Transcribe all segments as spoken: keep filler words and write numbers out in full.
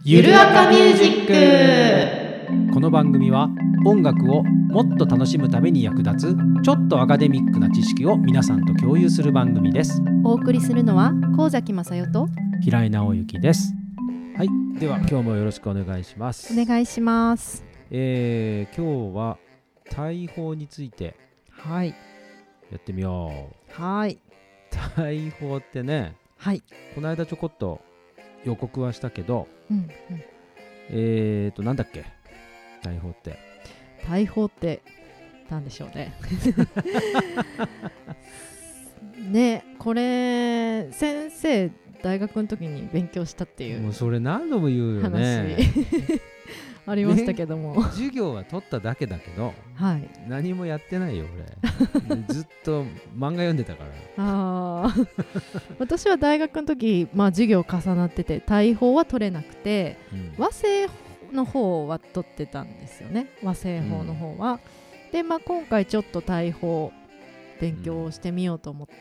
ゆるあかミュージック。 この番組は音楽をもっと楽しむために役立つちょっとアカデミックな知識を皆さんと共有する番組です。 お送りするのは神崎雅代と平井直之です。はい、では今日もよろしくお願いします。 お願いします。 えー、今日は大砲についてはいやってみよう。はい。 大砲ってね、 はい。 この間ちょこっと予告はしたけど、 うんうん、 えーとなんだっけ、大砲って大砲ってなんでしょうね。ね、これ先生大学の時に勉強したっていうもうそれ何度も言うよね。 ありましたけども、 ね、授業は取っただけだけど、はい、何もやってないよ俺。ずっと漫画読んでたから。あ私は大学の時、まあ、授業重なってて大砲は取れなくて、うん、和製の方は取ってたんですよね。和製法の方は、うん、で、まあ、今回ちょっと大砲勉強してみようと思って、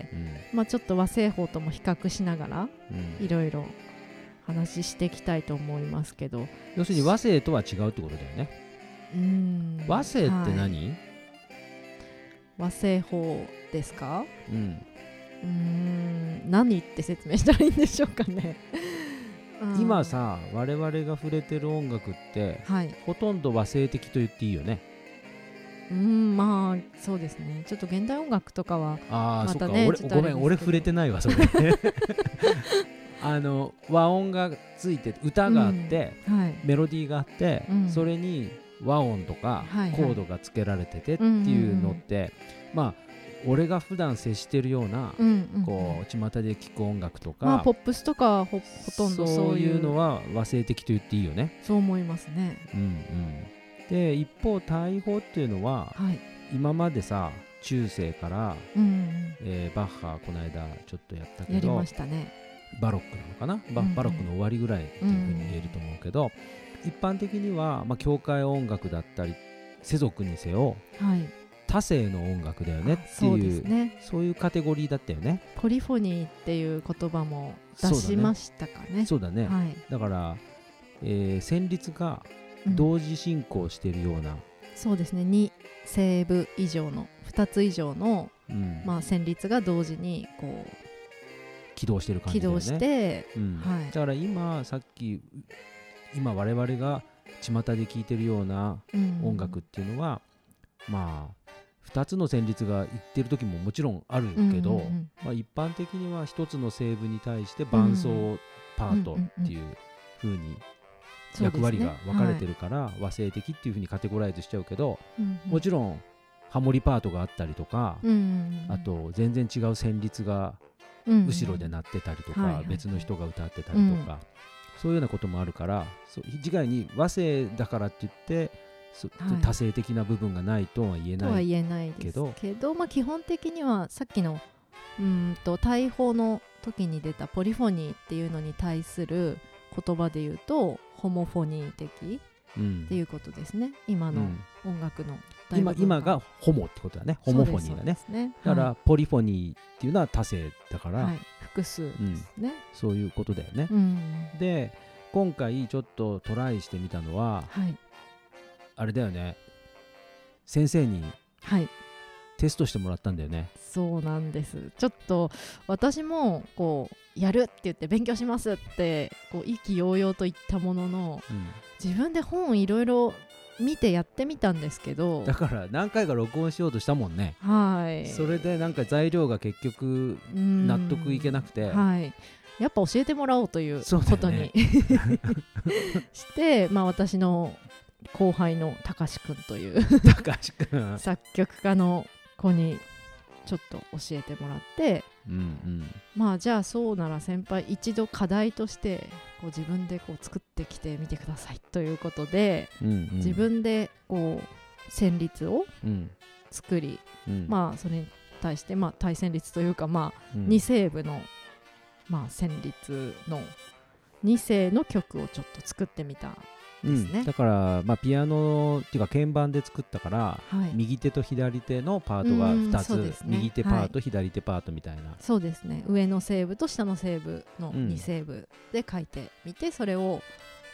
うんまあ、ちょっと和製法とも比較しながら、うん、いろいろ話していきたいと思いますけど、 要するに和製とは違うってことだよね。うーん和製って何、はい、 和製法ですか。うん、うーん何って説明したらいいんでしょうかね。 今さ我々が触れてる音楽って、はい、ほとんど和製的と言っていいよね。 うんまあそうですね。ちょっと現代音楽とかはあ、 またね、 そっか、俺ごめん俺触れてないわそれ。あの和音がついて歌があって、うんはい、メロディーがあって、うん、それに和音とかコードがつけられててっていうのって、はいはい、まあ俺が普段接してるような、うんうん、こう巷で聴く音楽とか、 まあ、ポップスとか ほ, ほとんどそういうそういうのは和製的と言っていいよね。 そう思いますね、 うんうん、で一方大砲っていうのは、はい、今までさ中世から、うんうんえー、バッハこの間ちょっとやったけどやりましたね。 バロックなのかな、バ, バロックの終わりぐらいっていうふうに言えると思うけど、うん、一般的には、まあ、教会音楽だったり世俗にせよ、はい、多声の音楽だよねっていう、そうですね、そういうカテゴリーだったよね。 ポリフォニーっていう言葉も出しましたかね。 そうだね、はい、だから、えー、旋律が同時進行しているような、うん、 そうですね、に声部以上のふたつ以上の、うんまあ、旋律が同時にこう起動してる感じだよね。 起動して、 うんはい、だから今さっき今我々が巷で聴いてるような音楽っていうのは、うん、まあふたつの旋律がいってる時ももちろんあるけど、うんうんうんまあ、一般的にはひとつの声部に対して伴奏パートっていう風に役割が分かれてるから、和声的っていう風にカテゴライズしちゃうけど、うんうん、もちろんハモリパートがあったりとか、うんうんうん、あと全然違う旋律が後ろで鳴ってたりとか、うんうん、別の人が歌ってたりとか、はいはい、そういうようなこともあるから、そう自概に和声だからって言って、はい、多声的な部分がないとは言えないけど、とは言えないですけど、まあ、基本的にはさっきのうんと大砲の時に出たポリフォニーっていうのに対する言葉で言うとホモフォニー的っていうことですね、うん、今の音楽の大部分が 今, 今がホモってことだね。ホモフォニーだ ね, ねだから、はい、ポリフォニーっていうのは多声だから、はい、 複数ですね、うん、 そういうことだよね、うん、で今回ちょっとトライしてみたのは、はい、あれだよね、先生にテストしてもらったんだよね、はい、 そうなんです。ちょっと私もこうやるって言って勉強しますってこう意気揚々と言ったものの、うん、自分で本いろいろ見てやってみたんですけど、 だから何回か録音しようとしたもんね。はい。それでなんか材料が結局納得いけなくて、 はい、やっぱ教えてもらおうということに、ね、して、まあ、私の後輩のたかしくんという高橋くん作曲家の子にちょっと教えてもらって、うんうん、まあじゃあそうなら先輩一度課題としてこう自分でこう作ってきてみてくださいということで、うんうん、自分でこう旋律を作り、うん、まあそれに対してまあ対旋律というかまあに声部のまあ旋律のに声の曲をちょっと作ってみたですね、 うん、だから、まあ、ピアノっていうか鍵盤で作ったから、はい、右手と左手のパートがふたつ、ね、右手パート、はい、左手パートみたいな。 そうですね、上の声部と下の声部のに声部で書いてみて、うん、それを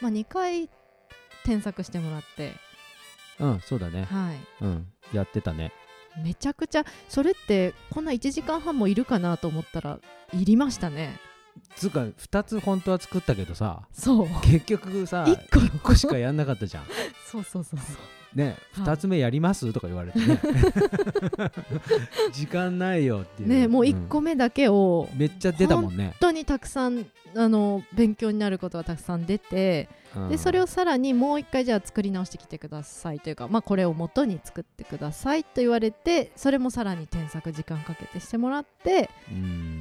まあ、にかい添削してもらって、 うんそうだね、 はい、 うん、やってたね。 めちゃくちゃそれってこんないちじかんはんもいるかなと思ったらいりましたね。 つうかふたつ本当は作ったけどさ、 そう結局さいっこしかやんなかったじゃんそうそうそうそうね、ふたつめやりますとか言われてね時間ないよっていうね、もういっこめだけを、 うん、めっちゃ出たもんね。 本当にたくさんあの勉強になることがたくさん出て、うん、でそれをさらにもう一回じゃあ作り直してきてくださいというか、まあ、これを元に作ってくださいと言われて、それもさらに添削時間かけてしてもらって、うん、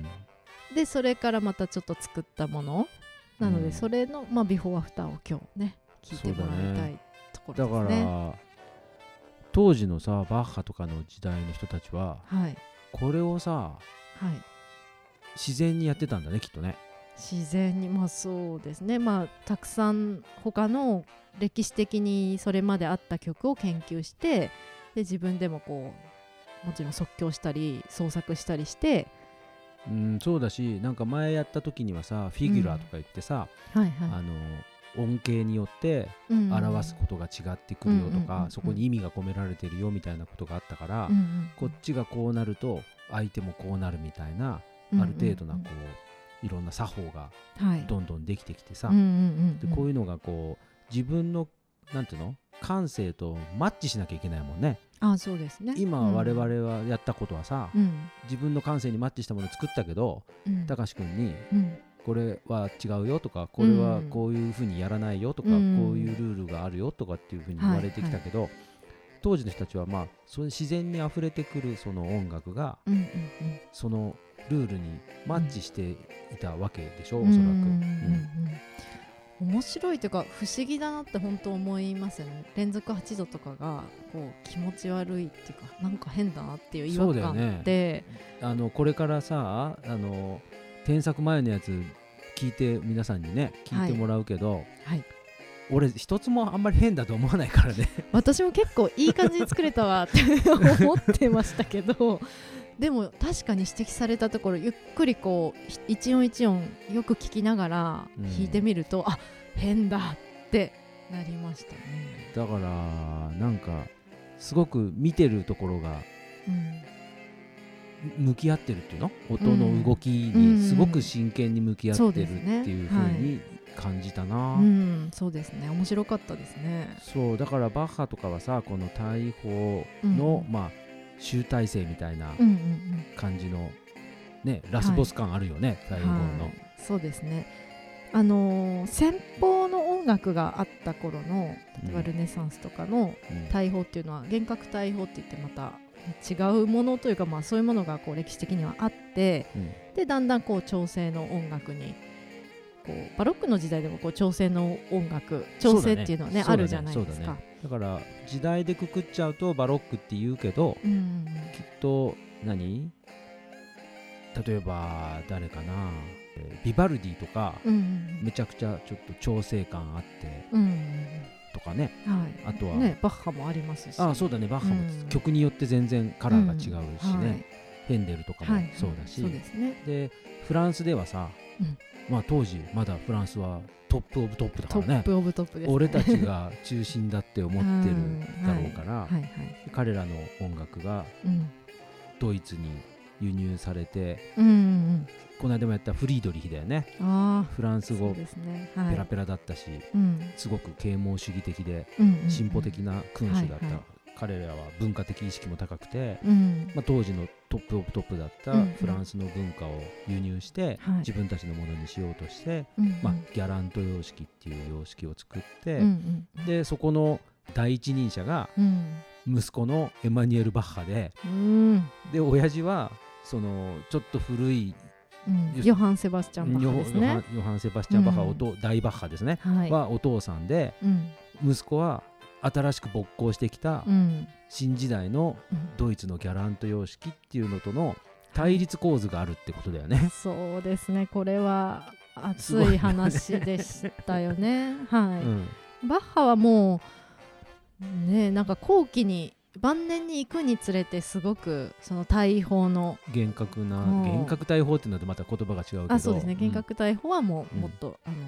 でそれからまたちょっと作ったものなので、うん、それの、まあ、ビフォーアフターを今日ね聞いてもらいたいところですね。 だから当時のさバッハとかの時代の人たちは、はい、これをさ、はい、自然にやってたんだねきっとね。 自然に、まあそうですね、まあたくさん他の歴史的にそれまであった曲を研究して、で自分でもこうもちろん即興したり創作したりして、 うん、そうだし、なんか前やった時にはさフィギュラーとか言ってさ、うんはいはい、あの音形によって表すことが違ってくるよとか、そこに意味が込められてるよみたいなことがあったから、うんうん、こっちがこうなると相手もこうなるみたいな、うんうんうん、ある程度なこういろんな作法がどんどんできてきてさ、はい、でこういうのがこう自分のなんていうの感性とマッチしなきゃいけないもんね。 あ、そうですね。 今我々はやったことはさ、うん、自分の感性にマッチしたものを作ったけど、うん、高橋君に、うんこれは違うよとか、これはこういうふうにやらないよとか、うん、こういうルールがあるよとかっていうふうに言われてきたけど、はいはい、当時の人たちはまあそれ自然にあふれてくるその音楽が、うんうんうん、そのルールにマッチしていたわけでしょ、うん、おそらく、うんうんうん、面白いというか不思議だなって本当思いますよね。連続はちどとかがこう気持ち悪いっていうか、なんか変だなっていう違和感って、 ね、あのこれからさあの添削前のやつ聞いて皆さんにね聞いてもらうけど、はいはい、俺一つもあんまり変だと思わないからね私も結構いい感じに作れたわって思ってましたけどでも確かに指摘されたところゆっくりこう一音一音よく聞きながら弾いてみると、うん、あ変だってなりましたね。 だからなんかすごく見てるところが、うん向き合ってるっていうの音の動きにすごく真剣に向き合ってるっていう風に感じたな、 うんうん、そうですね、面白かったですね。 そうだからバッハとかはさこの大砲の、うんまあ、集大成みたいな感じの、ね、ラスボス感あるよね、はい、大砲の、はい、 そうですね。あのー、先方の音楽があった頃の例えばルネサンスとかの大砲っていうのは、うん、幻覚大砲って言ってまた違うものというか、まあ、そういうものがこう歴史的にはあって、うん、でだんだんこう調整の音楽にこうバロックの時代でもこう調整の音楽調整っていうのは ね, ねあるじゃないですか。 だ,、ねだ, ね、だから時代でくくっちゃうとバロックって言うけど、うんうん、きっと何例えば誰かな、えー、ビバルディとか、うんうん、めちゃくちゃちょっと調整感あって、うんうんとかね、はい、あとは、ね、 バッハもありますし、 ああそうだね、バッハも曲によって全然カラーが違うしね、うんはい、ヘンデルとかもそうだし、はいはい、そうですね、でフランスではさ、うんまあ、当時まだフランスはトップオブトップだからね、 トップオブトップですね、 俺たちが中心だって思ってるだろうから、はいはいはい、彼らの音楽がドイツに輸入されて、うんうんうんこの間もやったフリードリヒだよね。あフランス語、ねはい、ペラペラだったし、うん、すごく啓蒙主義的で、うんうんうん、進歩的な君主だった、はいはい、彼らは文化的意識も高くて、うんまあ、当時のトップオブトップだったフランスの文化を輸入して、うんうん、自分たちのものにしようとして、はいまあ、ギャラント様式っていう様式を作って、うんうん、でそこの第一人者が息子のエマニュエル・バッハで、うん、で親父はそのちょっと古いうん、ヨハン・セバスチャン・バッハですね。 ヨハン・セバスチャン・バッハ、うん、大バッハですね、はい、はお父さんで、うん、息子は新しく勃興してきた新時代のドイツのギャラント様式っていうのとの対立構図があるってことだよね、はい、 そうですね、これは熱い話でしたよねはい、うん、バッハはもうねなんか後期に晩年に行くにつれてすごくその大砲の厳格な幻覚大砲っていうのとまた言葉が違うけど、 あそうですね、幻覚大砲はもう、うん、もっとあの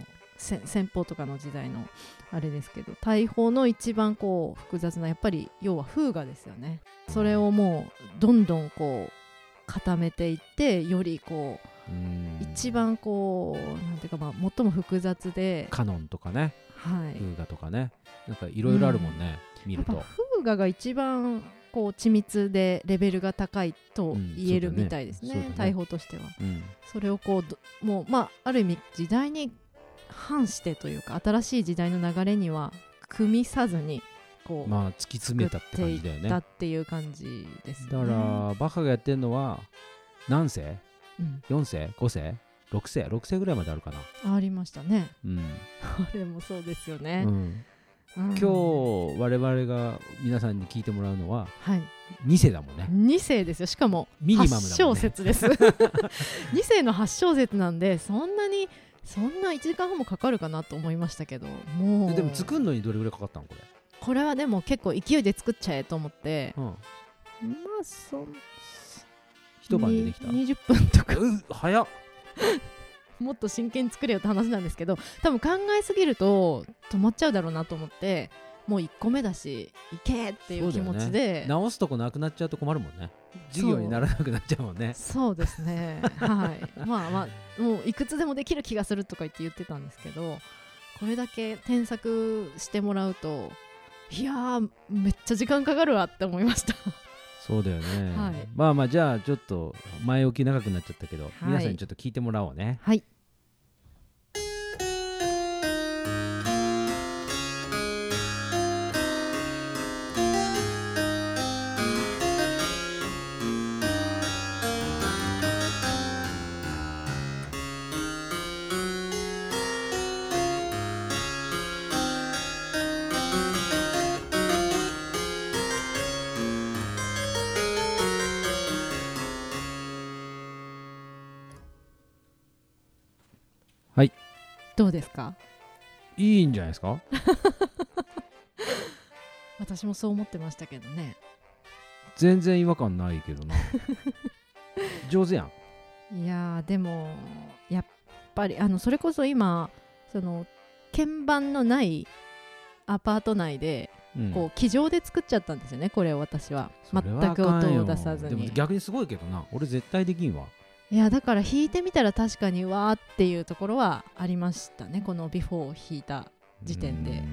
先鋒とかの時代のあれですけど、大砲の一番こう複雑なやっぱり要は風雅ですよね。それをもうどんどんこう固めていってよりこううん一番こうなんていうか、まあ最も複雑でカノンとかね、 はい、 風雅とかね、なんかいろいろあるもんね、うん、見ると。 やっぱ風雅が一番こう緻密でレベルが高いと言えるみたいですね、うん、ね大砲としては、うん、それをこうもうまあある意味時代に反してというか新しい時代の流れには組みさずにこうまあ突き詰めたって感じだよね。 だっていう感じですね。 だからバカがやってるのは何世、うん、よん世ご世ろく世ろく世ぐらいまであるかな。 ありましたね、 うん、 あれもそうですよね、 うんうん、今日我々が皆さんに聞いてもらうのは、 はい、 に世だもんね。 に世ですよ。しかもミニマムだもんね、 はち小節ですに世のはち小節なんでそんなにそんないちじかんはんもかかるかなと思いましたけど、もうでも作るのにどれぐらいかかったのこれ。 これはでも結構勢いで作っちゃえと思って、うん、まあそ一晩でできたにじゅっぷんとかう早っもっと真剣に作れよって話なんですけど、多分考えすぎると止まっちゃうだろうなと思って、もういっこめだしいけっていう気持ちで、 ね、直すとこなくなっちゃうと困るもんね。授業にならなくなっちゃうもんね。 そうですねはいまあまあもういくつでもできる気がするとか言って言ってたんですけど、これだけ添削してもらうといやーめっちゃ時間かかるわって思いましたそうだよね、 はい、 まあまあじゃあちょっと前置き長くなっちゃったけど、はい、皆さんにちょっと聞いてもらおうね。 はい。 はい、 どうですか。 いいんじゃないですか私もそう思ってましたけどね。 全然違和感ないけどな上手やん。いやでもやっぱりあのそれこそ今その鍵盤のないアパート内で、うん、こう机上で作っちゃったんですよね、これを私は全く音を出さずに。 でも逆にすごいけどな、俺絶対できんわ。 いやだから弾いてみたら確かにわーっていうところはありましたね、このビフォーを弾いた時点で。はい、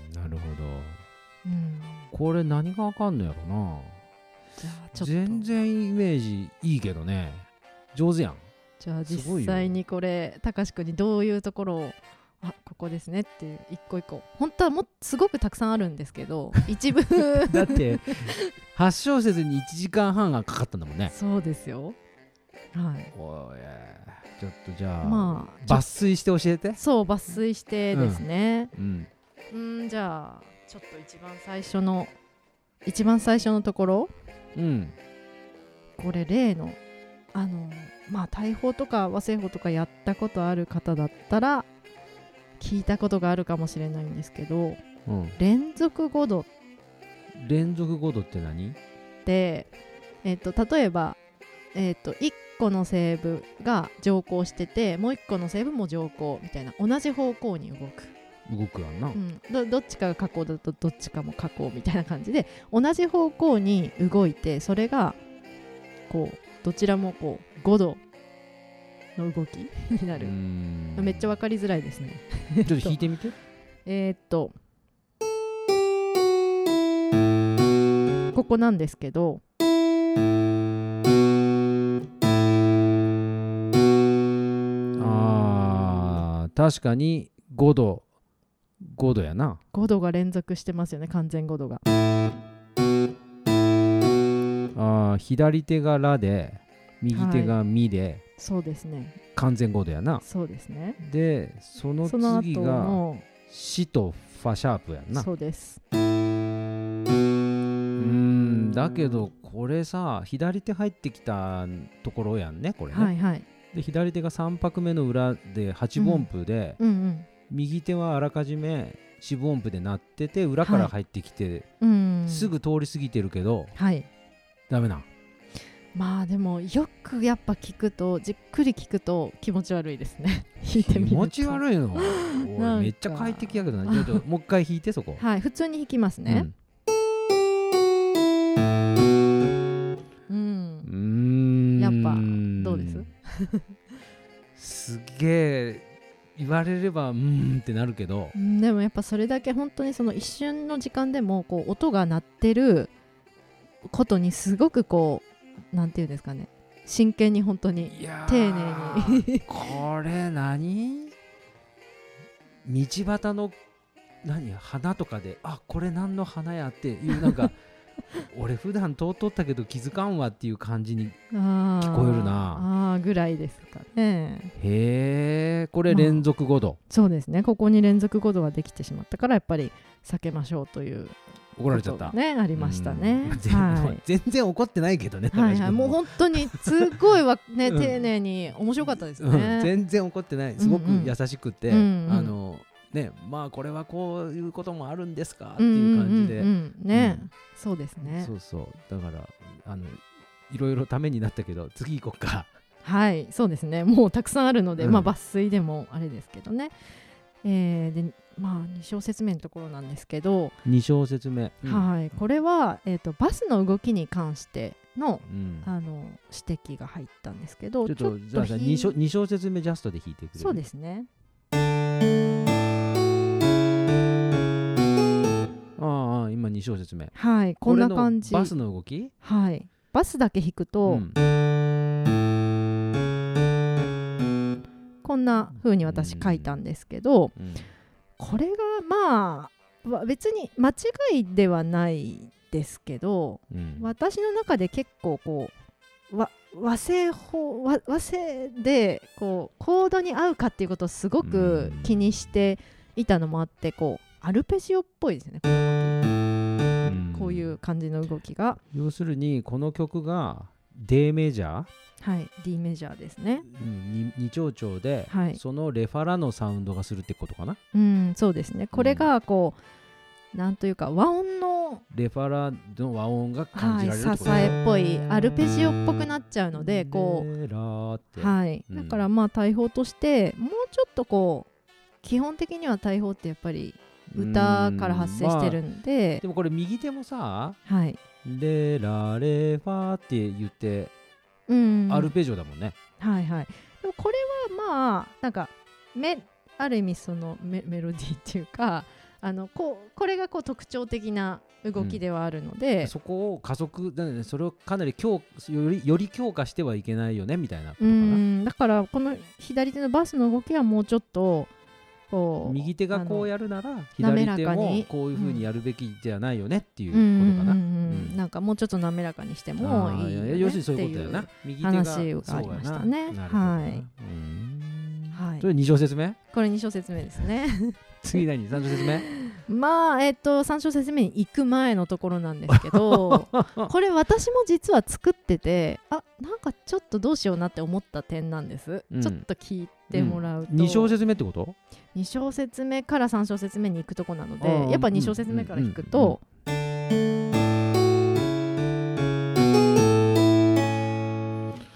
なるほど、 うん、 これ何がわかんのやろな。 じゃあちょっと全然イメージいいけどね、上手やん。 じゃあ実際にこれたかしくんにどういうところをあここですねっていう一個一個本当はもっすごくたくさんあるんですけど一部だってはち小節にいちじかんはんがかかったんだもんね。 そうですよ。はい、 おいちょっとじゃあ、 まあ、 抜粋して教えて。 そう抜粋してですね、 うん、 うん、んじゃあちょっと一番最初の一番最初のところ、 うん、 これ例のあのまあ大砲とか和製砲とかやったことある方だったら聞いたことがあるかもしれないんですけど、うん、連続ごど連続ごどって何で、えー、と例えば、えー、といっこのセーブが乗降しててもういっこのセーブも乗降みたいな同じ方向に動く動くやんな、 うん、ど, どっちかが下降だとどっちかも下降みたいな感じで同じ方向に動いて、それがこうどちらもこうごどの動きになる。めっちゃ分かりづらいですねちょっと弾いてみてえっとここなんですけど、 あー確かにごどごどやな。 ごどが連続してますよね、完全ごどが。 あ左手がラで右手がミで、はい、 そうですね、 完全ごどやな。 そうですね。 でその次がシとファシャープやんな。 そうです。 うーんだけどこれさ左手入ってきたところやんねこれね。 はいはい。 で左手がさん拍目の裏ではち音符で、 うんうんうん、 右手はあらかじめよん音符で鳴ってて裏から入ってきて、はい、すぐ通り過ぎてるけど、 はい、 ダメな。 まあでもよくやっぱ聞くとじっくり聞くと気持ち悪いですね弾いてみると。 気持ち悪いの俺めっちゃ快適やけどな。ちょっともう一回弾いてそこはい普通に弾きますね。うん、うん、やっぱどうですすげえ言われればうーんってなるけど、 うん、でもやっぱそれだけ本当にその一瞬の時間でもこう音が鳴ってることにすごくこうなんていうんですかね、真剣に本当に丁寧にこれ何道端の何花とかであこれ何の花やっていうなんか俺普段通っとったけど気づかんわっていう感じに聞こえるな。 ああぐらいですかね。 へえこれ連続ごど、まあ、 そうですね。ここに連続ごどができてしまったからやっぱり避けましょうという怒られちゃったねありましたね。 はい、全然怒ってないけどね。 はいはい、もう本当にすごいわ、ね、丁寧に面白かったですね、 うん、全然怒ってない。すごく優しくて、うんうん、あのね、まあこれはこういうこともあるんですかっていう感じで、うんうんうんね、うん、そうですね。 そうそうだからあのいろいろためになったけど次行こっか。 はいそうですね。もうたくさんあるので、うん、まあ抜粋でもあれですけどね、えー、でまあに小節目のところなんですけどに小節目、 うん、はいこれは、えーと、バスの動きに関しての、うん、あの指摘が入ったんですけど、 ちょっとじゃあに小に小節目ジャストで弾いてくれる？ そうですね。 ああ今に小節目、 はいこんな感じ。 バスの動き、 はいバスだけ弾くと、うん、こんな風に私書いたんですけど、うんうん、これがまあ別に間違いではないですけど、うん、私の中で結構こう和和声法和和声でこうコードに合うかっていうことをすごく気にしていたのもあって、こうアルペジオっぽいですねこの動き、こういう感じの動きが。 要するにこの曲が D メジャー、 はい D メジャーですね、 うん、に長調で、はい、そのレファラのサウンドがするってことかな。 うんそうですね。これがこう、うん、なんというか和音のレファラの和音が感じられるってこと、 はい、支えっぽいアルペジオっぽくなっちゃうのでこう、はい、うん、だからまあ大砲としてもうちょっとこう基本的には大砲ってやっぱり歌から発生してるんで、まあ、 でもこれ右手もさ、 はい、 レラレファって言ってうんアルペジオだもんね。 はいはい。でもこれはまあなんかめある意味その メ, メロディーっていうかあのこうこれがこう特徴的な動きではあるので、 うん、そこを加速だ、ね、それをかなり強よりより強化してはいけないよねみたいなことかな。 うんだからこの左手のバスの動きはもうちょっとこう右手がこうやるなら左手もこういう風にやるべきじゃないよねっていうことかな。 なんかもうちょっと滑らかにしてもいいよねっていう話がありましたね。はい。 それに小節目？ これに小節目ですね。 次何？さん小節目？ まあえっとさん小節目に行く前のところなんですけどこれ私も実は作っててあなんかちょっとどうしようなって思った点なんです、うん、ちょっと聞いてもらうと、うん、 に小節目ってこと？ に小節目からさん小節目に行くとこなのでやっぱに小節目から弾くと、うんうんうん、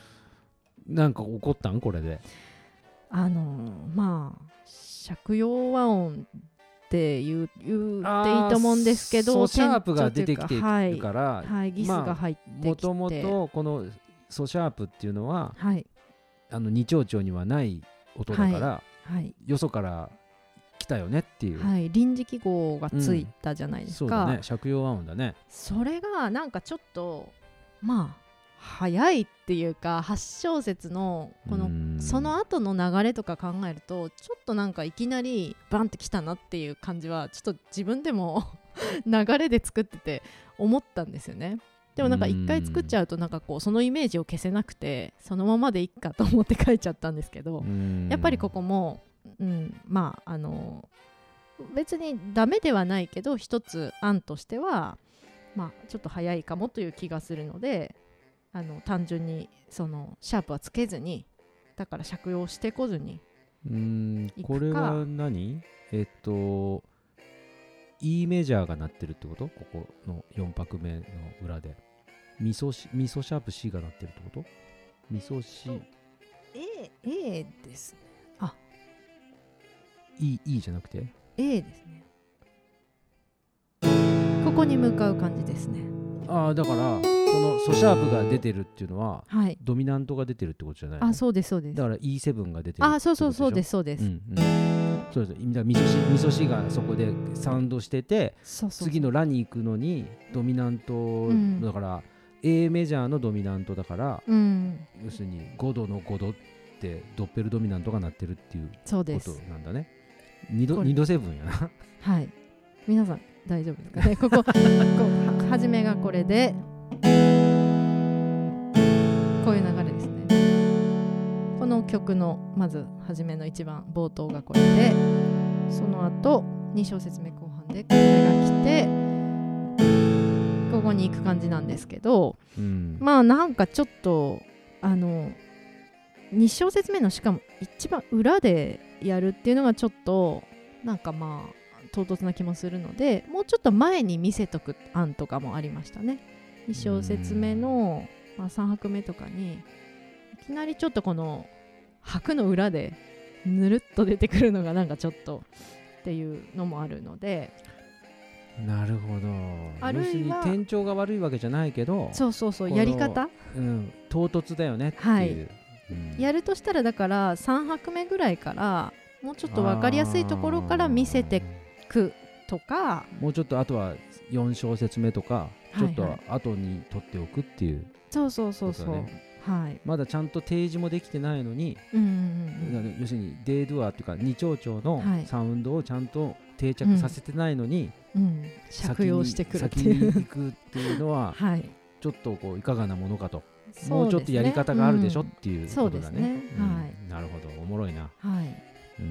なんか怒ったんこれで？ あのー、まあ借用和音って言う、言っていいと思うんですけどソシャープが出てきてるから、 はいはい、ギスが入ってきて、 もともとこのソシャープっていうのは、 はい、 あのに長調にはない音だから、はいはい、よそから来たよねっていう、 はい、臨時記号がついたじゃないですか、うん、 そうだね借用和音だね。 それがなんかちょっとまあ早いっていうかはち小節のこのその後の流れとか考えるとちょっとなんかいきなりバンってきたなっていう感じはちょっと自分でも流れで作ってて思ったんですよね。でもなんか一回作っちゃうとなんかこうそのイメージを消せなくてそのままでいっかと思って書いちゃったんですけど、やっぱりここも、うん、まああの別にダメではないけど一つ案としてはまあちょっと早いかもという気がするので、あの単純にそのシャープはつけずにだから借用してこずにうーんこれは何えっと E メジャーが鳴ってるってこと？ここのよん拍目の裏でミソシミソシャープ C が鳴ってるってこと？ミソシ A, A ですね。あ E, E じゃなくて A ですね。ここに向かう感じですね。 ああ、だからこのソシャープが出てるっていうのは、 はい、 ドミナントが出てるってことじゃないの？ あ、そうですそうです。 だから イーセブン が出てるってことでしょ？ あ、そうそうそうですそうです。うんうん、 そうです。だからミソシミソシがそこでサウンドしてて、そうそうそう、次のラに行くのにドミナント、うん、だから A メジャーのドミナントだから、うん、要するにごどのごどってドッペルドミナントが鳴ってるっていうことなんだね。にどにどセブンやな。 はい。皆さん大丈夫ですかね。こここう初めがこれでこういう流れですね。この曲のまず初めの一番冒頭がこれで、その後に小節目後半でこれが来てここに行く感じなんですけど、うん、まあなんかちょっとあのに小節目のしかも一番裏でやるっていうのがちょっとなんかまあ唐突な気もするので、もうちょっと前に見せとく案とかもありましたね。に小節目の、まあ、さん拍目とかにいきなりちょっとこの拍の裏でぬるっと出てくるのがなんかちょっとっていうのもあるので、 なるほど。 あるいは要するに転調が悪いわけじゃないけど、 そうそうそう、やり方、 うん、唐突だよねっていう、 はい、 うん、 やるとしたらだからさん拍目ぐらいからもうちょっと分かりやすいところから見せてくとか、 もうちょっとあとはよん小節目とかちょっと後に取っておくっていう、ね、 そうそうそうそう、はい、 まだちゃんと提示もできてないのに、うんうんうん、要するにデイドゥアっていうか二丁調のサウンドをちゃんと定着させてないのに、 うんうん、借用してくるっていう、 先に行くっていうのは、はい、ちょっとこういかがなものかと、ね、もうちょっとやり方があるでしょ、うん、っていうことだね。そうですね、うん、はい、なるほど、おもろいな、 はい、うん、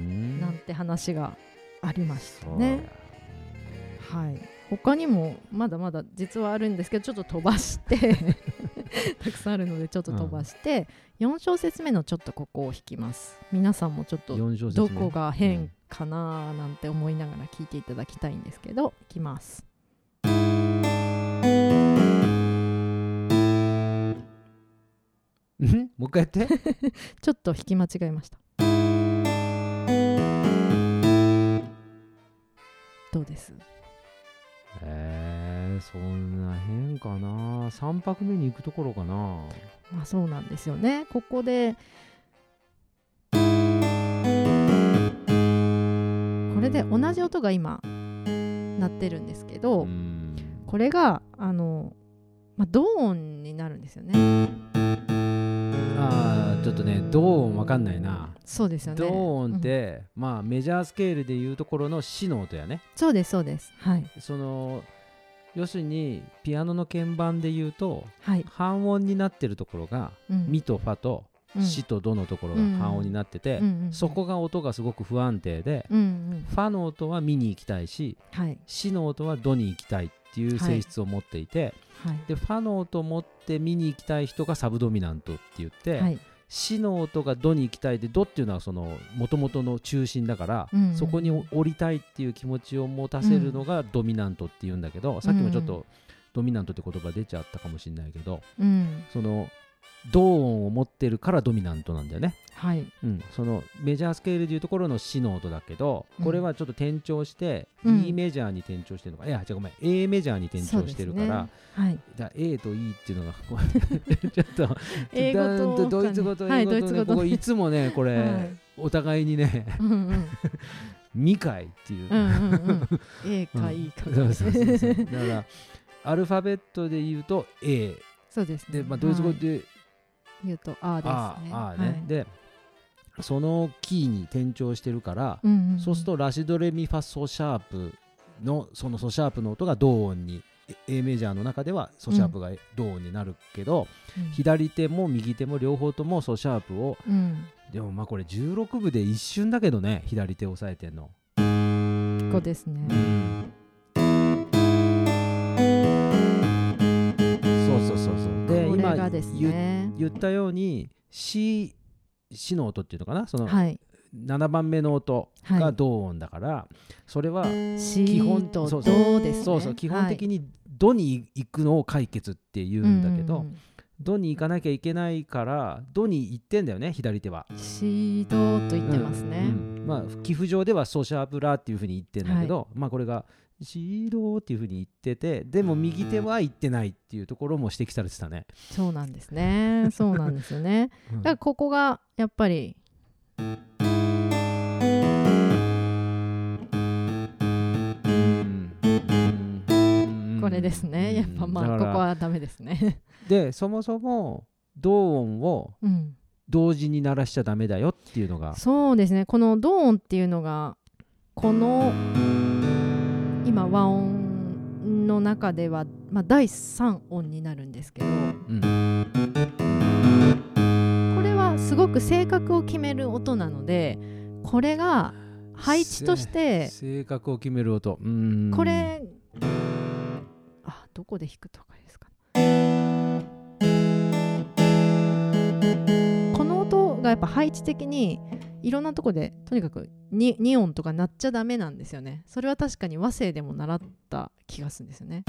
なんて話がありましたね。はい、他にもまだまだ実はあるんですけど、ちょっと飛ばしてたくさんあるのでちょっと飛ばして、うん、よん小節目のちょっとここを弾きます。皆さんもちょっとどこが変かななんて思いながら聴いていただきたいんですけど、いきます。 もう一回やってちょっと弾き間違えました。どうです？ えー、そんな変かな。さん拍目に行くところかな。 まあそうなんですよね。ここでこれで同じ音が今鳴ってるんですけど、これがあの、まあ、同音になるんですよね。 あー、ちょっとね、同音わかんないな。 そうですよね。 同音って、うん、まあメジャースケールでいうところのシの音やね。 そうですそうです、はい、 その要するにピアノの鍵盤でいうと、 はい、 半音になってるところが、うん、ミとファとシとドのところが半音になってて、うんうんうん、そこが音がすごく不安定で、うんうん、ファの音はミに行きたいし、はい、シの音はドに行きたいっていう性質を持っていて、はい、でファの音を持ってミに行きたい人がサブドミナントって言って、はい、シの音がドに行きたいで、ドっていうのはその元々の中心だから、うんうん、そこに降りたいっていう気持ちを持たせるのがドミナントっていうんだけど、うん、さっきもちょっとドミナントって言葉出ちゃったかもしれないけど、うん、その同音を持ってるからドミナントなんだよね。はい、うん、そのメジャースケールでいうところのシの音だけど、これはちょっと転調して、うん、E メジャーに転調してるのか、いや違うごめん A メジャーに転調してるから、ね、はい、だ A と E っていうのがちょっと英語とドイツ語と英語と、ね、はい、ここいつもねこれ、はい、お互いにねミかいっていう、うんうんうん、 A か E か、 そうそうそうそう、だからアルファベットで言うと A そうです、ね、 で、まあ、ドイツ語で、はい、 言うとあですね。 ああね、はい、でそのキーに転調してるから、うんうんうん、そうするとラシドレミファソシャープのそのソシャープの音が同音に A メジャーの中ではソシャープが同音になるけど、うん、左手も右手も両方ともソシャープを、うん、でもまあこれじゅうろくぶで一瞬だけどね、左手を押さえてんのここですね、うん、 そうそうそうそう。でこれがですね、 言ったように C C の音っていうのかな、そのななばんめの音が同音だから、はい、それは基本とドですね。 そうそう、基本的にドに行くのを解決って言うんだけど、うんうんうん、ドに行かなきゃいけないからドに行ってんだよね、左手はシドと言ってますね、 うんうん、まあ寄付上ではソシャープラっていう風に言ってんだけど、はい、まあこれがシドっていう風に言ってて、でも右手は言ってないっていうところも指摘されてたね。 そうなんですねそうなんですよね、うん、だからここがやっぱりこれですね、やっぱまあここはダメですねでそもそも同音を同時に鳴らしちゃダメだよっていうのが、 うん、そうですね、この同音っていうのがこの今和音の中では、まあ、だいさん音になるんですけど、うん、これはすごく性格を決める音なので、これが配置として性格を決める音、うーん、 これあどこで弾くとかですか、この音がやっぱ配置的にいろんなとこでとにかく 2, に音とか鳴っちゃダメなんですよね。それは確かに和声でも習った気がするんですよね。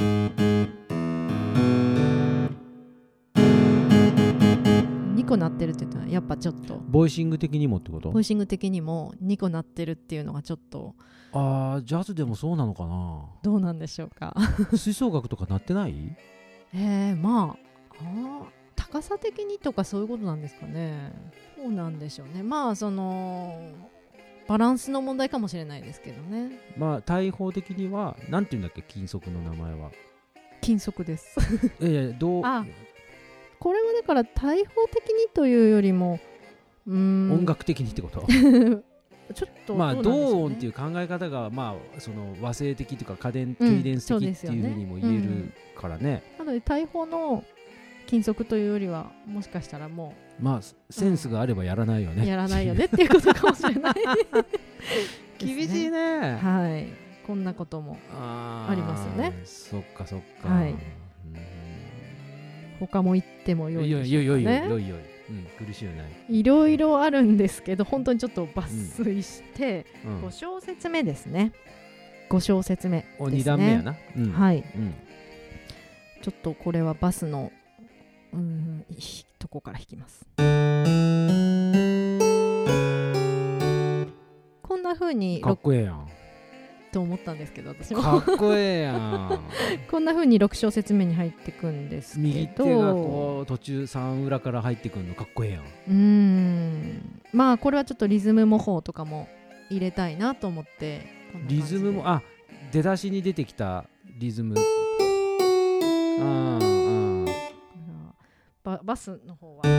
にこ鳴ってるって言ったらやっぱちょっとボイシング的にもってこと？ ボイシング的にもにこ鳴ってるっていうのがちょっと、 あージャズでもそうなのかな、 どうなんでしょうか吹奏楽とか鳴ってない？ えー、まあ、あ高さ的にとかそういうことなんですかね。そうなんでしょうね。まあそのバランスの問題かもしれないですけどね。 まあ大砲的にはなんていうんだっけ、金属の名前は。 金属ですいやいやどうあこれはだから大砲的にというよりもうーん音楽的にってことちょっとまあ同音っていう考え方がまあその和声的というかカデンケイデンス的っていうふうにも言えるからね、 うん、なので大砲の金属というよりはもしかしたらもうまあセンスがあればやらないよね、 うん、やらないよねっていうことかもしれない厳しいね。 はい、こんなこともありますよね。 そっかそっか、 はい、他も言ってもよいでしょうかね。 よいよいよいよいよい、うん、苦しいよね。 いろいろあるんですけど本当にちょっと抜粋して、うん、ご小節目ですね。ご小節目ですね。おにだんめやな、うん、はい、うん、ちょっとこれはバスのうんとこから弾きます。こんな風にかっこええやんと思ったんですけど、私もかっこええやんこんな風にろく小節目に入ってくんですけど、 右手がこう途中三裏から入ってくるのかっこええやん。 うーんまあこれはちょっとリズム模倣とかも入れたいなと思って、こんな感じでリズムもあ出だしに出てきたリズム、ああバ, バスの方は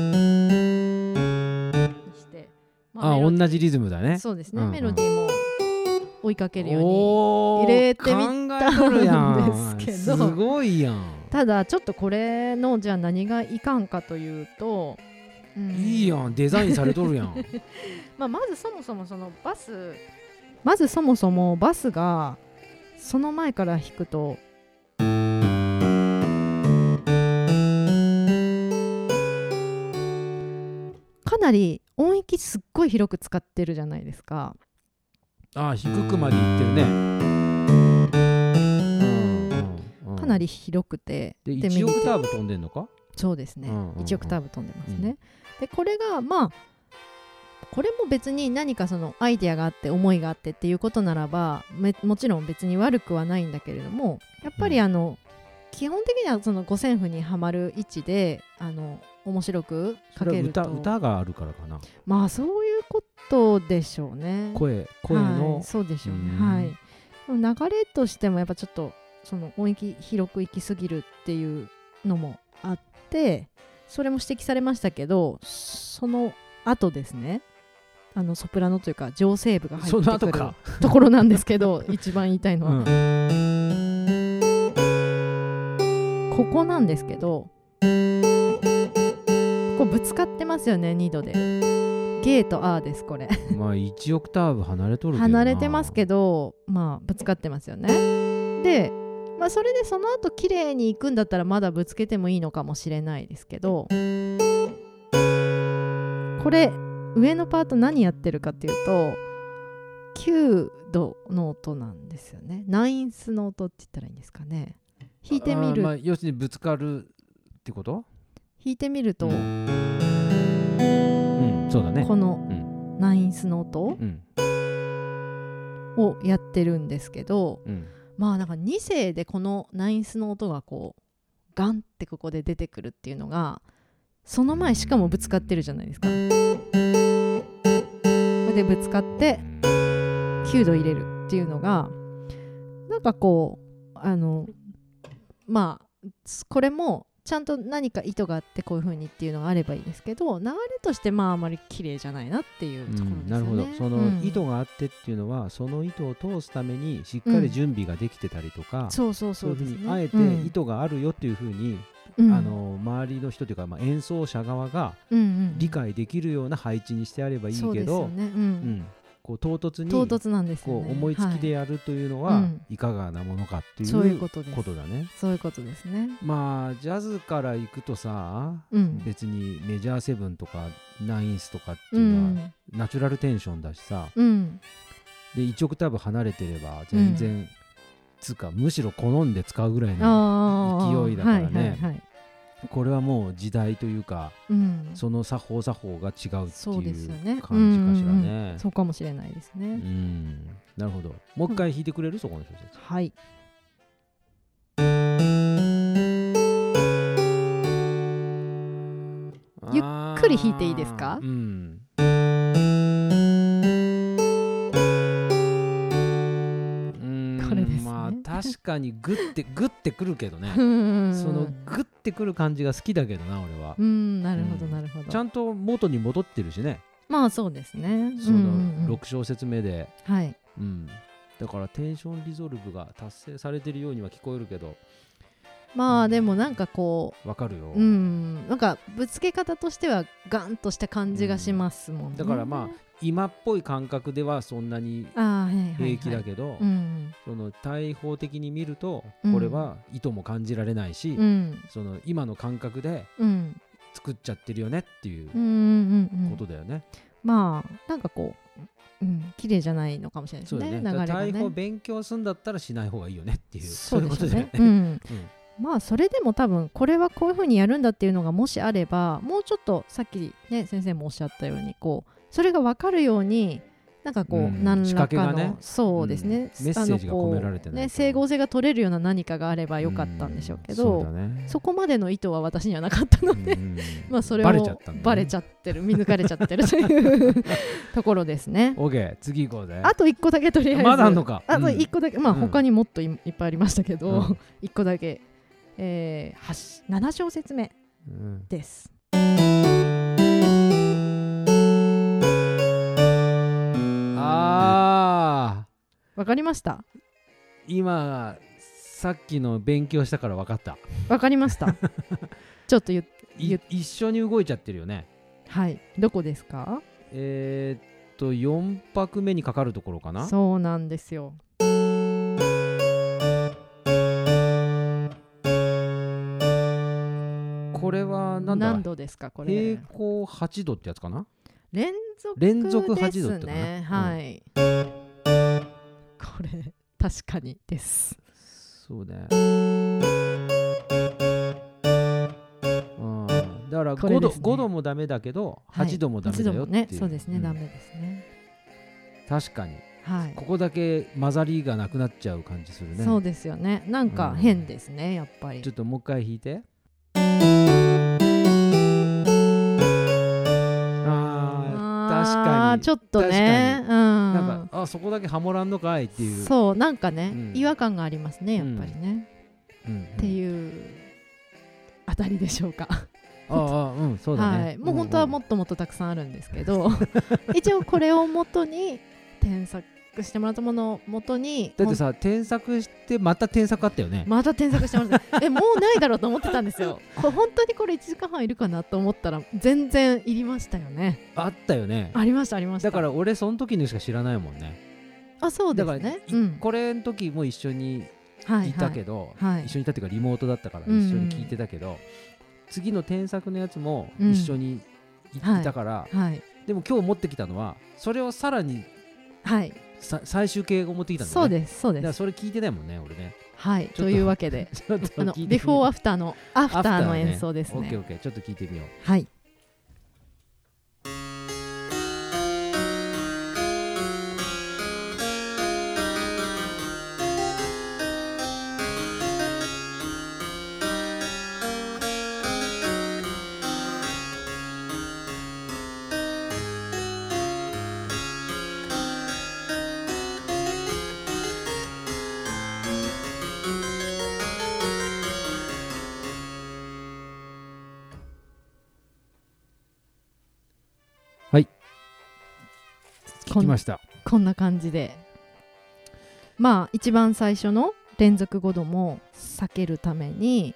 にして、 まあ、あ同じリズムだね。 そうですね、うんうん、メロディーも追いかけるように入れてみたんですけど、 すごいやん。 ただちょっとこれのじゃあ何がいかんかというと、 うん、いいやん、デザインされとるやんまあまずそもそもそのバスまずそもそもバスがその前から弾くとかなり音域すっごい広く使ってるじゃないですか。 ああ低くまでいってるね、 うん、かなり広くてでいちオクターブ飛んでんのか。 そうですね、うんうんうん、いちオクターブ飛んでますね、うん、でこれがまあこれも別に何かそのアイデアがあって思いがあってっていうことならばもちろん別に悪くはないんだけれども、やっぱりあの、うん基本的にはその五線譜にはまる位置であの面白く書けると。 歌, 歌があるからかな。 まあそういうことでしょうね。 声声の、 はい、そうでしょうね。はい。流れとしてもやっぱちょっとその音域広く行き過ぎるっていうのもあって、それも指摘されましたけど、その後ですね。あのソプラノというか上声部が入ってくるところなんですけど一番言いたいのは、うんここなんですけど、ここぶつかってますよねにどで。ゲーとアーですこれまあいちオクターブ離れとるけどな。 離れてますけどまあぶつかってますよね。で、まあ、それでその後綺麗に行くんだったらまだぶつけてもいいのかもしれないですけど、これ上のパート何やってるかっていうときゅうどの音なんですよね。ナインスの音って言ったらいいんですかね。 引いてみる、 まあ、要するにぶつかるってこと？ 引いてみると、うん、 うん、そうだね、 このナインスの音、うん、をやってるんですけど、うん、まあなんかに声でこのナインスの音がこうガンってここで出てくるっていうのが、その前しかもぶつかってるじゃないですか。これでぶつかってきゅうど入れるっていうのがなんかこうあのまあこれもちゃんと何か意図があってこういう風にっていうのがあればいいですけど、流れとしてまああまり綺麗じゃないなっていうところですよね、うん、 なるほど。その意図があってっていうのは、うん、その意図を通すためにしっかり準備ができてたりとか、うん、 そうそうそうですね、 そういうふうにあえて意図があるよっていう風に、うん、あの周りの人というか、まあ、演奏者側が理解できるような配置にしてあればいいけど、うん、こう唐突に唐突なんですよね、 こう思いつきでやるというのは、はい、いかがなものかっていうそういうことです。 ことだね。 そういうことですね。 まあジャズから行くとさ、うん、別にメジャーセブンとかナインスとかっていうのはナチュラルテンションだしさ、うん、でいちオクターブ離れてれば全然、うん、つうかむしろ好んで使うぐらいの勢いだからね、はいはいはい、これはもう時代というか、うん、その作法作法が違うっていう感じかしらね。そう、ねうんうん、 そうかもしれないですね。うん、なるほど。もう一回弾いてくれる、うん、そこの小説。 はい。ゆっくり弾いていいですか？うん。これですね。 まあ確かにグッてグッてくるけどね。そのグッてくる感じが好きだけどな、俺は。 うん、なるほどなるほど。 ちゃんと元に戻ってるしね。 まあそうですね。 そのろく小節目で。 はい。 うん。だからテンションリゾルブが達成されてるようには聞こえるけど。 まあでもなんかこうわかるよ、 うん、なんかぶつけ方としてはガンとした感じがしますもんね、うん、 だからまあ今っぽい感覚ではそんなに平気だけど、その対法的に見るとこれは意図も感じられないし、うん、その今の感覚で作っちゃってるよねっていうことだよね。 まあなんかこううん、綺麗じゃないのかもしれないですね。そうね、流れがね。 対法勉強するんだったらしない方がいいよねっていう、そういうことだよね。 うんうんまあそれでも多分これはこういう風にやるんだっていうのがもしあれば、もうちょっとさっきね先生もおっしゃったようにこうそれが分かるようになんかこう、うん、何らかの、ね、そうですね、うん、 メッセージが込められてない、 ね、整合性が取れるような何かがあればよかったんでしょうけど、うん そ, ね、そこまでの意図は私にはなかったので、うん、まあそれをバレちゃったんだね、バレちゃってる見抜かれちゃってるというところですね。 OK 次行こうぜ。 あといっこだけとりあえずまだあんのか。 あといっこだけ、うん、まあ他にもっと い, いっぱいありましたけど、うん、いっこだけえー、なな小節目です、うん、あーわかりました。 今さっきの勉強したから分かった。 わかりましたちょっと言っ一緒に動いちゃってるよね。 はい、どこですか？ えー、っとよん拍目にかかるところかな。 そうなんですよ。 これはなんだ、 何度ですかこれ？ 平行はちどってやつかな。 連続連続はちどってかな、 ね、はい、うん、これ確かにです。 そうね、うん、だからごど、ね、ごどもダメだけどはちどもダメだよっていう、はい、 ね、そうですね、うん、ダメですね。 確かに、はい、ここだけ混ざりがなくなっちゃう感じするね。 そうですよね、なんか変ですね、うん、やっぱり。 ちょっともう一回弾いて。確かにちょっとね、うん、 なんかあそこだけハモらんのかいっていう、 そうなんかね、うん、違和感がありますねやっぱりね、うんうんうん、っていうあたりでしょうか。 ああ、うん、そうだね、 はい、もう本当はもっともっとたくさんあるんですけど、うんうん、一応これを元に添削してもらったものを元にだってさ添削してまた添削あったよね。 また添削してもらったえもうないだろうと思ってたんですよ。これ本当にこれいちじかんはんいるかなと思ったら全然いりましたよね。 あったよね。 ありましたありました。 だから俺その時にしか知らないもんね。 あそうですね、 うん、これの時も一緒にいたけど、はいはい、一緒にいたっていうかリモートだったから一緒に聞いてたけど、うん、次の添削のやつも一緒にいたから、うんはいはい、でも今日持ってきたのはそれをさらに、 はいさ最終形を持ってきたんだね。 そうですそうです。 だからそれ聞いてないもんね俺ね。 はいというわけであのビフォーアフターのアフターの演奏ですね。 オッケーオッケーちょっと聞いてみよう。 はい。 聞きました。 こんな感じで、まあ一番最初の連続語度も避けるために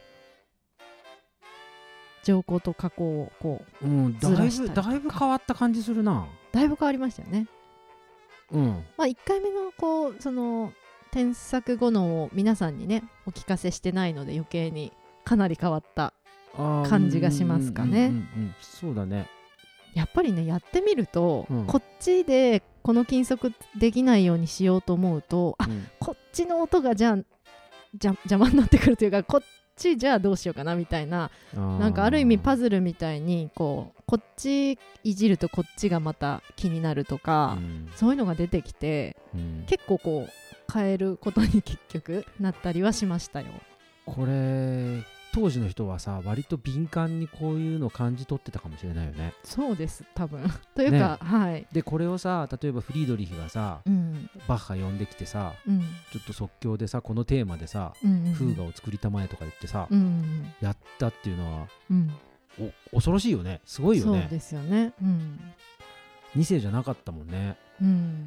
上行と下行をこう、うん、ずらしたりとか。 だいぶだいぶ変わった感じするな。 だいぶ変わりましたよね。 うん。 まあいっかいめのこうその添削語能を皆さんにねお聞かせしてないので余計にかなり変わった感じがしますかね。 そうだね。 やっぱりねやってみると、 うん、 こっちでこの金属できないようにしようと思うと、あ、うん、こっちの音がじゃあじゃ邪魔になってくるというか、こっちじゃあどうしようかなみたいな、なんかある意味パズルみたいにこうこっちいじるとこっちがまた気になるとか、うん、そういうのが出てきて、うん、結構こう変えることに結局なったりはしましたよ。 これ当時の人はさ割と敏感にこういうのを感じ取ってたかもしれないよね。 そうです多分というか、ね、はい。 でこれをさ例えばフリードリヒがさ、うん、バッハ呼んできてさ、うん、ちょっと即興でさこのテーマでさ、うんうんうん、フーガを作りたまえとか言ってさ、うんうん、やったっていうのは、うん、お恐ろしいよね。すごいよね。 そうですよね、うん、 に世じゃなかったもんね、うん、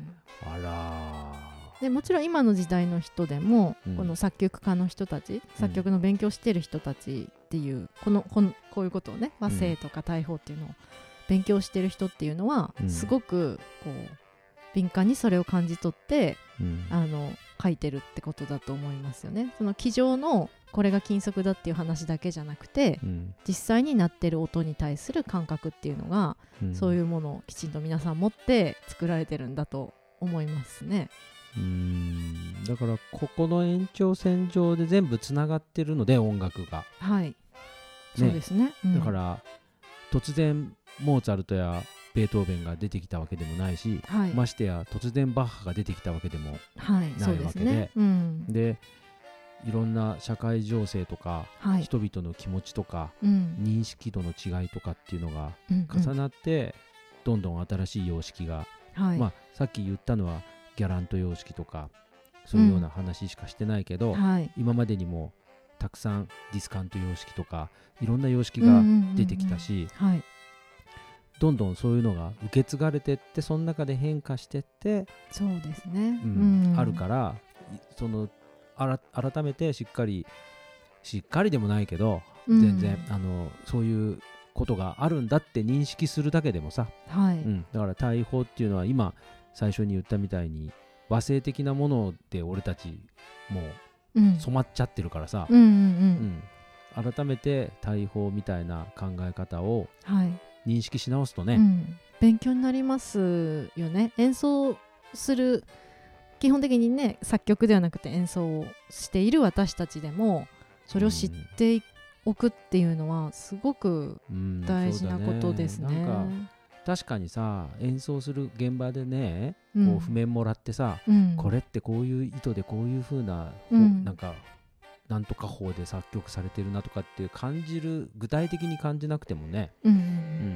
あらー。 でもちろん今の時代の人でも、うん、この作曲家の人たち、作曲の勉強してる人たちっていう、うん、このこのこういうことをね和声とか大法っていうのを勉強してる人っていうのは、うん、すごくこう敏感にそれを感じ取って、うん、あの書いてるってことだと思いますよね。その机上のこれが金属だっていう話だけじゃなくて、うん、実際に鳴ってる音に対する感覚っていうのが、うん、そういうものをきちんと皆さん持って作られてるんだと思いますね。 うーんだからここの延長線上で全部つながってるので音楽がはい、ね、そうですね、 うん、だから突然モーツァルトやベートーベンが出てきたわけでもないし、はい、ましてや突然バッハが出てきたわけでもないわけで、はい、で、ねうん、でいろんな社会情勢とか、はい、人々の気持ちとか、うん、認識度の違いとかっていうのが重なって、うんうん、どんどん新しい様式が、はいまあ、さっき言ったのはギャラント様式とかそういうような話しかしてないけど、うんはい、今までにもたくさんディスカント様式とかいろんな様式が出てきたし、はい、どんどんそういうのが受け継がれてってその中で変化してってそうですね、 うんうん、あるからそのあら改めてしっかりしっかりでもないけど、うん、全然あのそういうことがあるんだって認識するだけでもさ、はいうん、だから大法っていうのは今最初に言ったみたいに和声的なもので俺たちもう染まっちゃってるからさ、うんうんうんうん、改めて大法みたいな考え方を認識し直すとね、はいうん、 勉強になりますよね。演奏する基本的にね作曲ではなくて演奏をしている私たちでもそれを知っておくっていうのはすごく大事なことですね。うんうん、なんか確かにさ演奏する現場でね、うん、こう譜面もらってさ、うん、これってこういう意図でこういう風な、うん、なんかなんとか法で作曲されてるなとかって感じる具体的に感じなくてもね、うんうんうん、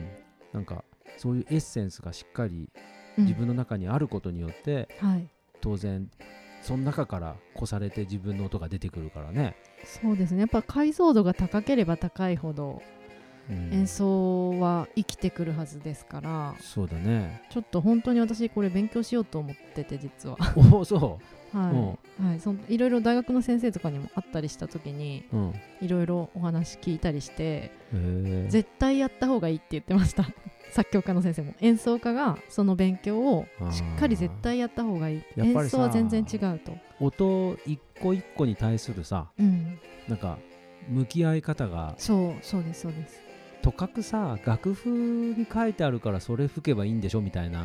なんかそういうエッセンスがしっかり自分の中にあることによって、うんはい、当然その中からこされて自分の音が出てくるからね。 そうですねやっぱ解像度が高ければ高いほど演奏は生きてくるはずですから、 うん、そうだねちょっと本当に私これ勉強しようと思ってて実はおそうはい、はい、そのいろいろ大学の先生とかにも会ったりした時に、うん、いろいろお話聞いたりして絶対やった方がいいって言ってました作曲家の先生も演奏家がその勉強をしっかり絶対やった方がいい。演奏は全然違うと音一個一個に対するさ、うん、なんか向き合い方がそうそうですそうですとかくさ楽譜に書いてあるからそれ吹けばいいんでしょみたいな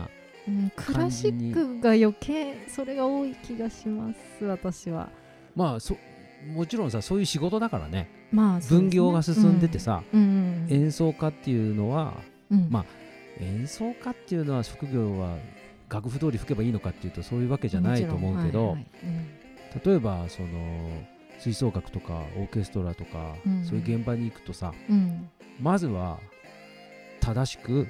うん、クラシックが余計それが多い気がします私は。 まあそもちろんさそういう仕事だからね、 まあそうですね、 分業が進んでてさ、 うんうんうん、 演奏家っていうのは、 うん、 まあ演奏家っていうのは職業は楽譜通り吹けばいいのかっていうとそういうわけじゃないと思うけど、はいはい、うん、例えばその吹奏楽とかオーケストラとか、うん、そういう現場に行くとさ、うん、まずは正しく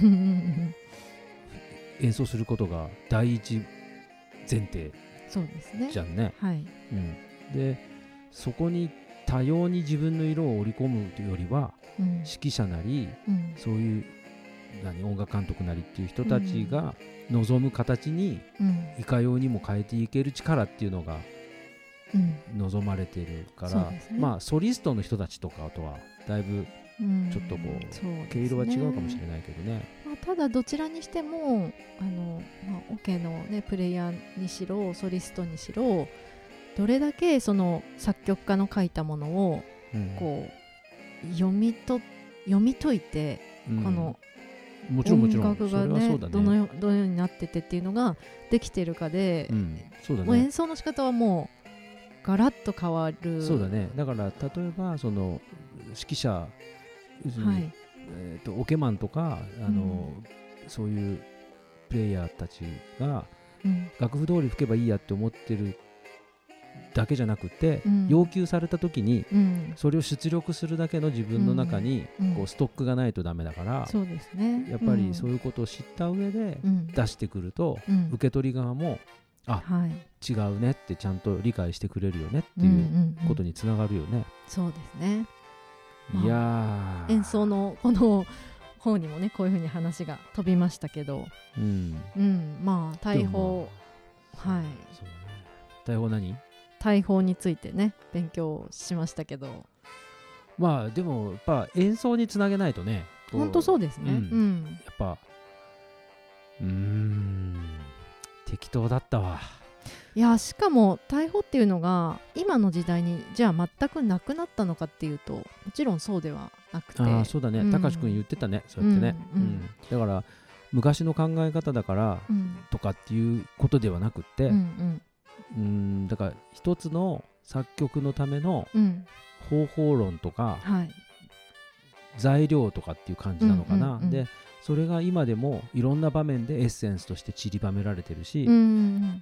演奏することが第一前提じゃんね。 はい、 うん、でそこに多様に自分の色を織り込むというよりは、うん、指揮者なり、うん、そういう何音楽監督なりっていう人たちが望む形に、うん、いかようにも変えていける力っていうのが望まれてるから、うんね、まあソリストの人たちとかとはだいぶちょっとこう、うん、毛色は違うかもしれないけどね。 まあ、ただどちらにしてもあの、まあ、オケの、ね、プレイヤーにしろソリストにしろどれだけその作曲家の書いたものをこう、うん、読みと読み解いて、うん、この音楽がねどのようになっててっていうのができてるかで、うん、そうだね、もう演奏の仕方はもうガラッと変わる。 そうだね。だから例えばその指揮者、はい、えーとオケマンとかあの、うん、そういうプレイヤーたちが、うん、楽譜通り吹けばいいやって思ってるだけじゃなくて、うん、要求された時に、うん、それを出力するだけの自分の中に、うん、こうストックがないとダメだから、 そうですね、 やっぱりそういうことを知った上で出してくると、うん、受け取り側もあ、はい、違うねってちゃんと理解してくれるよねっていうことにつながるよね、うんうんうん、 そうですね。 いやー、演奏のこの方にもねこういうふうに話が飛びましたけど、うんうん、まあ大砲、はい、 そうね、大砲何大砲についてね勉強しましたけど、 まあでもやっぱ演奏につなげないとね、 本当そうですね、うんうん、 やっぱうーん適当だったわ。 いやしかも大砲っていうのが今の時代にじゃあ全くなくなったのかっていうともちろんそうではなくて、 あそうだね、たかし君言ってたね、そうやってね、うんうんうん、だから昔の考え方だから、うん、とかっていうことではなくって、うんうんうーんだから一つの作曲のための方法論とか、うんはい、材料とかっていう感じなのかな、うんうんうん、でそれが今でもいろんな場面でエッセンスとして散りばめられてるし、うんうん、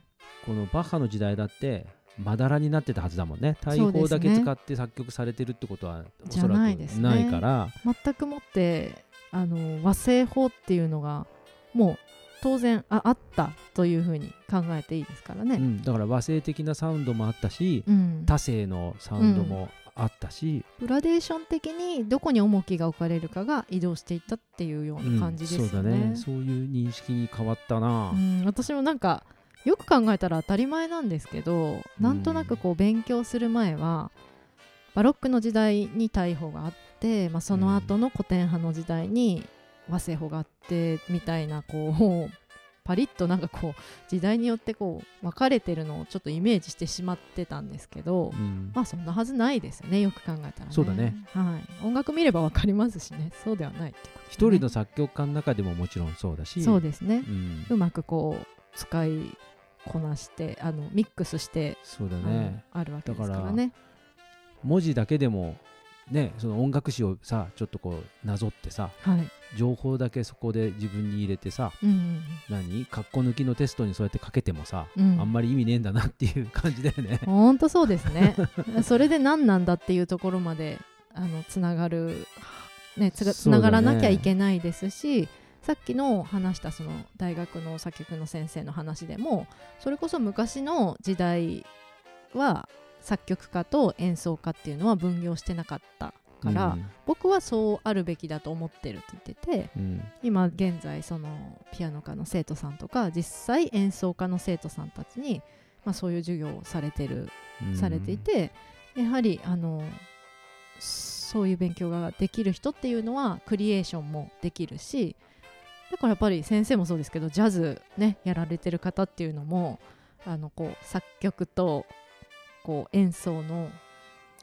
このバッハの時代だってまだらになってたはずだもんね。大砲だけ使って作曲されてるってことはおそらくないから、 ね、全くもってあの和製法っていうのがもう当然 あ, あったというふうに考えていいですからね、 うん、だから和製的なサウンドもあったし、うん、多声のサウンドもあったし、 うん、グラデーション的にどこに重きが置かれるかが移動していったっていうような感じですよね、うん、そうだね。 そういう認識に変わったな、 うん、私もなんかよく考えたら当たり前なんですけど、なんとなくこう勉強する前はバロックの時代に大砲があって、まあ、その後の古典派の時代に和製法があってみたいな、こうパリッとなんかこう時代によってこう分かれてるのをちょっとイメージしてしまってたんですけど、うん、まあそんなはずないですよね、よく考えたらね。 そうだね、 はい、音楽見れば分かりますしね、そうではないってことですね。 一人の作曲家の中でももちろんそうだし、 そうですね、うん、うまくこう使いこなしてあのミックスしてそうだね、 あるわけですからね。 文字だけでもね、その音楽史をさちょっとこうなぞってさ、はい、情報だけそこで自分に入れてさ、うんうん、何カッコ抜きのテストにそうやってかけてもさ、うん、あんまり意味ねえんだなっていう感じだよね。 ほんとそうですねそれで何なんだっていうところまであのつながる、ね、つ, つながらなきゃいけないですし、さっきの話したその大学の作曲の先生の話でもそれこそ昔の時代は作曲家と演奏家っていうのは分業してなかったから、うん、僕はそうあるべきだと思ってるって言ってて、うん、今現在そのピアノ科の生徒さんとか実際演奏家の生徒さんたちに、まあ、そういう授業をされてる、うん、されていて、やはりあのそういう勉強ができる人っていうのはクリエーションもできるし、だからやっぱり先生もそうですけどジャズねやられてる方っていうのもあのこう作曲とこう演奏の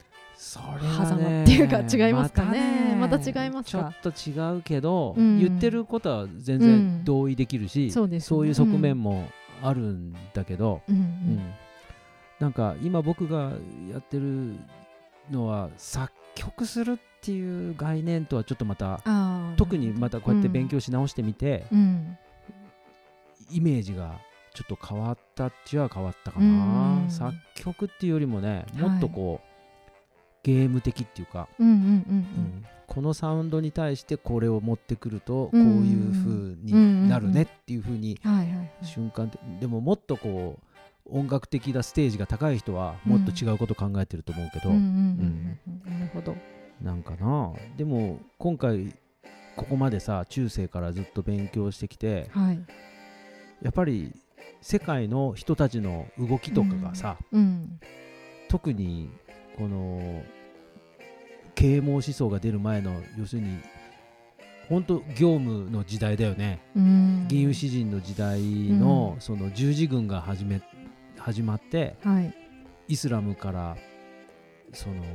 それはね、 狭間っていうか違いますかね。また違いますか。 ちょっと違うけど、 うん、 言ってることは全然同意できるし、 うん、そうですね、 そういう側面もあるんだけど、 うんうんうん、 なんか今僕がやってるのは作曲するっていう概念とはちょっとまた特にまたこうやって勉強し直してみて、うん、イメージがちょっと変わったっちゃ変わったかな、うん、作曲っていうよりもね、もっとこう、はい、ゲーム的っていうか、うんうんうんうん、このサウンドに対してこれを持ってくるとこういう風になるねっていう風に瞬間で、でももっとこう音楽的なステージが高い人はもっと違うこと考えてると思うけど、なるほど。 なんかな、でも今回ここまでさ中世からずっと勉強してきて、はい、やっぱり世界の人たちの動きとかがさ、うんうん、特にこの啓蒙思想が出る前の要するに本当業務の時代だよね、うん、吟遊詩人の時代 の,、うん、その十字軍が始め始まって、はい、イスラムからその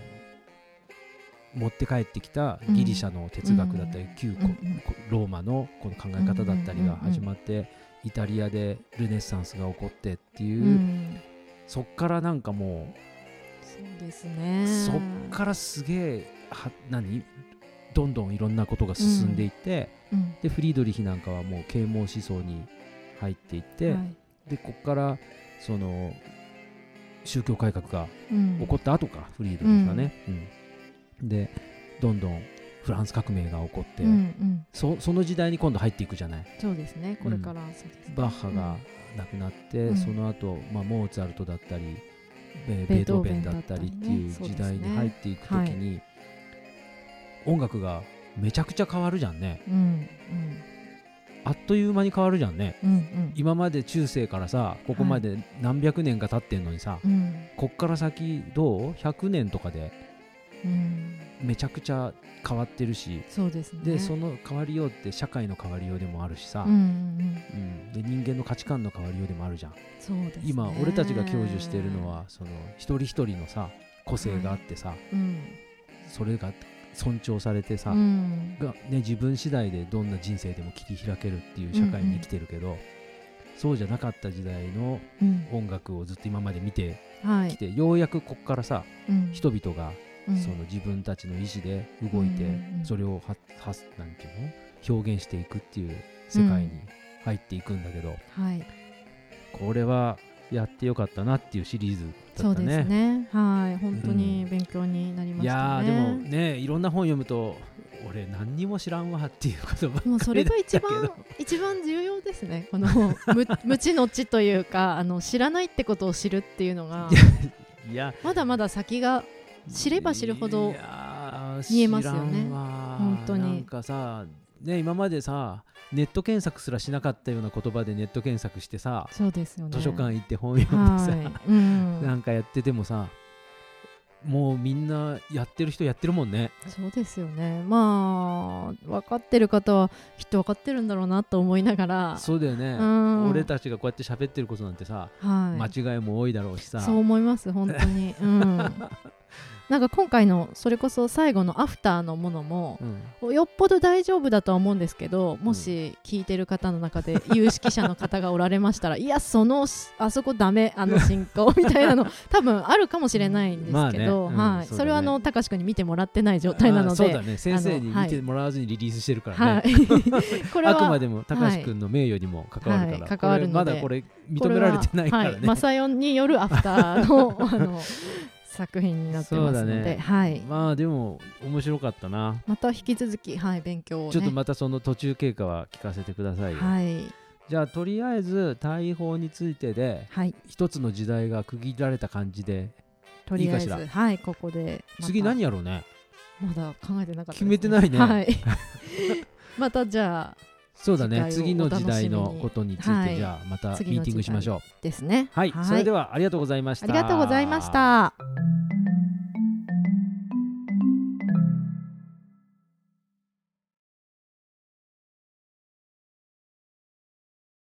持って帰ってきたギリシャの哲学だったり、うん、旧ローマのこの考え方だったりが始まって、イタリアでルネッサンスが起こってっていう、うん、そっからなんかもうそうですね、 そっからすげえ何どんどんいろんなことが進んでいって、うん、でフリードリヒなんかはもう啓蒙思想に入っていって、はい、でここからその宗教改革が起こった後か、うん、フリードリヒはね、うんうん、でどんどんフランス革命が起こって、うんうん、そ, その時代に今度入っていくじゃない。 そうですね、これから、うん、そうですね、 バッハが亡くなって、うん、その後、まあモーツァルトだったりベートーベンだったりっていう時代に入っていくときに、ね、はい、音楽がめちゃくちゃ変わるじゃんね、うんうん、あっという間に変わるじゃんね、うんうん、今まで中世からさここまで何百年か経ってんのにさ、はい、こっから先どうひゃくねんとかで、うん、めちゃくちゃ変わってるし、 そうですね、 でその変わりようって社会の変わりようでもあるしさ、うんうんうん、で人間の価値観の変わりようでもあるじゃん。 そうですね、 今俺たちが享受しているのはその一人一人のさ個性があってさ、はい、うん、それが尊重されてさ、うん、がね、自分次第でどんな人生でも切り開けるっていう社会に生きてるけど、うんうん、そうじゃなかった時代の音楽をずっと今まで見てきて、うん、ようやくこっからさ、うん、人々がその自分たちの意思で動いて、うん、それをははなんていうの表現していくっていう世界に入っていくんだけど、うんはい、これはやってよかったなっていうシリーズだったね。 そうですね、はい、本当に勉強になりましたね、 うん、いやでもね、いろんな本読むと俺何にも知らんわっていうことばっかりだったけど、もうそれが一番一番重要ですね、この無知の知というか、あの知らないってことを知るっていうのがいやまだまだ先が知れば知るほど見えますよね。本当になんかさ、ね、今までさネット検索すらしなかったような言葉でネット検索してさ、 そうですよね、 図書館行って本読んでさ、はい、うん、なんかやっててもさ、もうみんなやってる人やってるもんね。 そうですよね、まあ分かってる方はきっと分かってるんだろうなと思いながら。 そうだよね、うん、俺たちがこうやって喋ってることなんてさ、はい、間違いも多いだろうしさ。 そう思います本当に、うん、なんか今回のそれこそ最後のアフターのものも、うん、よっぽど大丈夫だとは思うんですけど、もし聞いてる方の中で有識者の方がおられましたらいやそのあそこダメあの進行みたいなの多分あるかもしれないんですけど、それはあの高志くんに見てもらってない状態なので。 そうだね、先生に見てもらわずにリリースしてるからね、はい、これはあくまでも高志くんの名誉にも関わるから、はい、関わるのでまだこれ認められてないからね、 マサヨンによるアフターのあの作品になってますので、ね、はい、 まあでも面白かったな。 また引き続き、はい、勉強を、ね、 ちょっとまたその途中経過は聞かせてくださいよ、はい、じゃあとりあえず大砲についてで、はい、一つの時代が区切られた感じでとりあえずいいかしら。はい、ここで次何やろうね。 まだ考えてなかったですね、 決めてないね、はい、 またじゃあそうだね、次の時代のことについて、はい、じゃあまたミーティングしましょうですね、 はい、はい、それではありがとうございました。 ありがとうございました。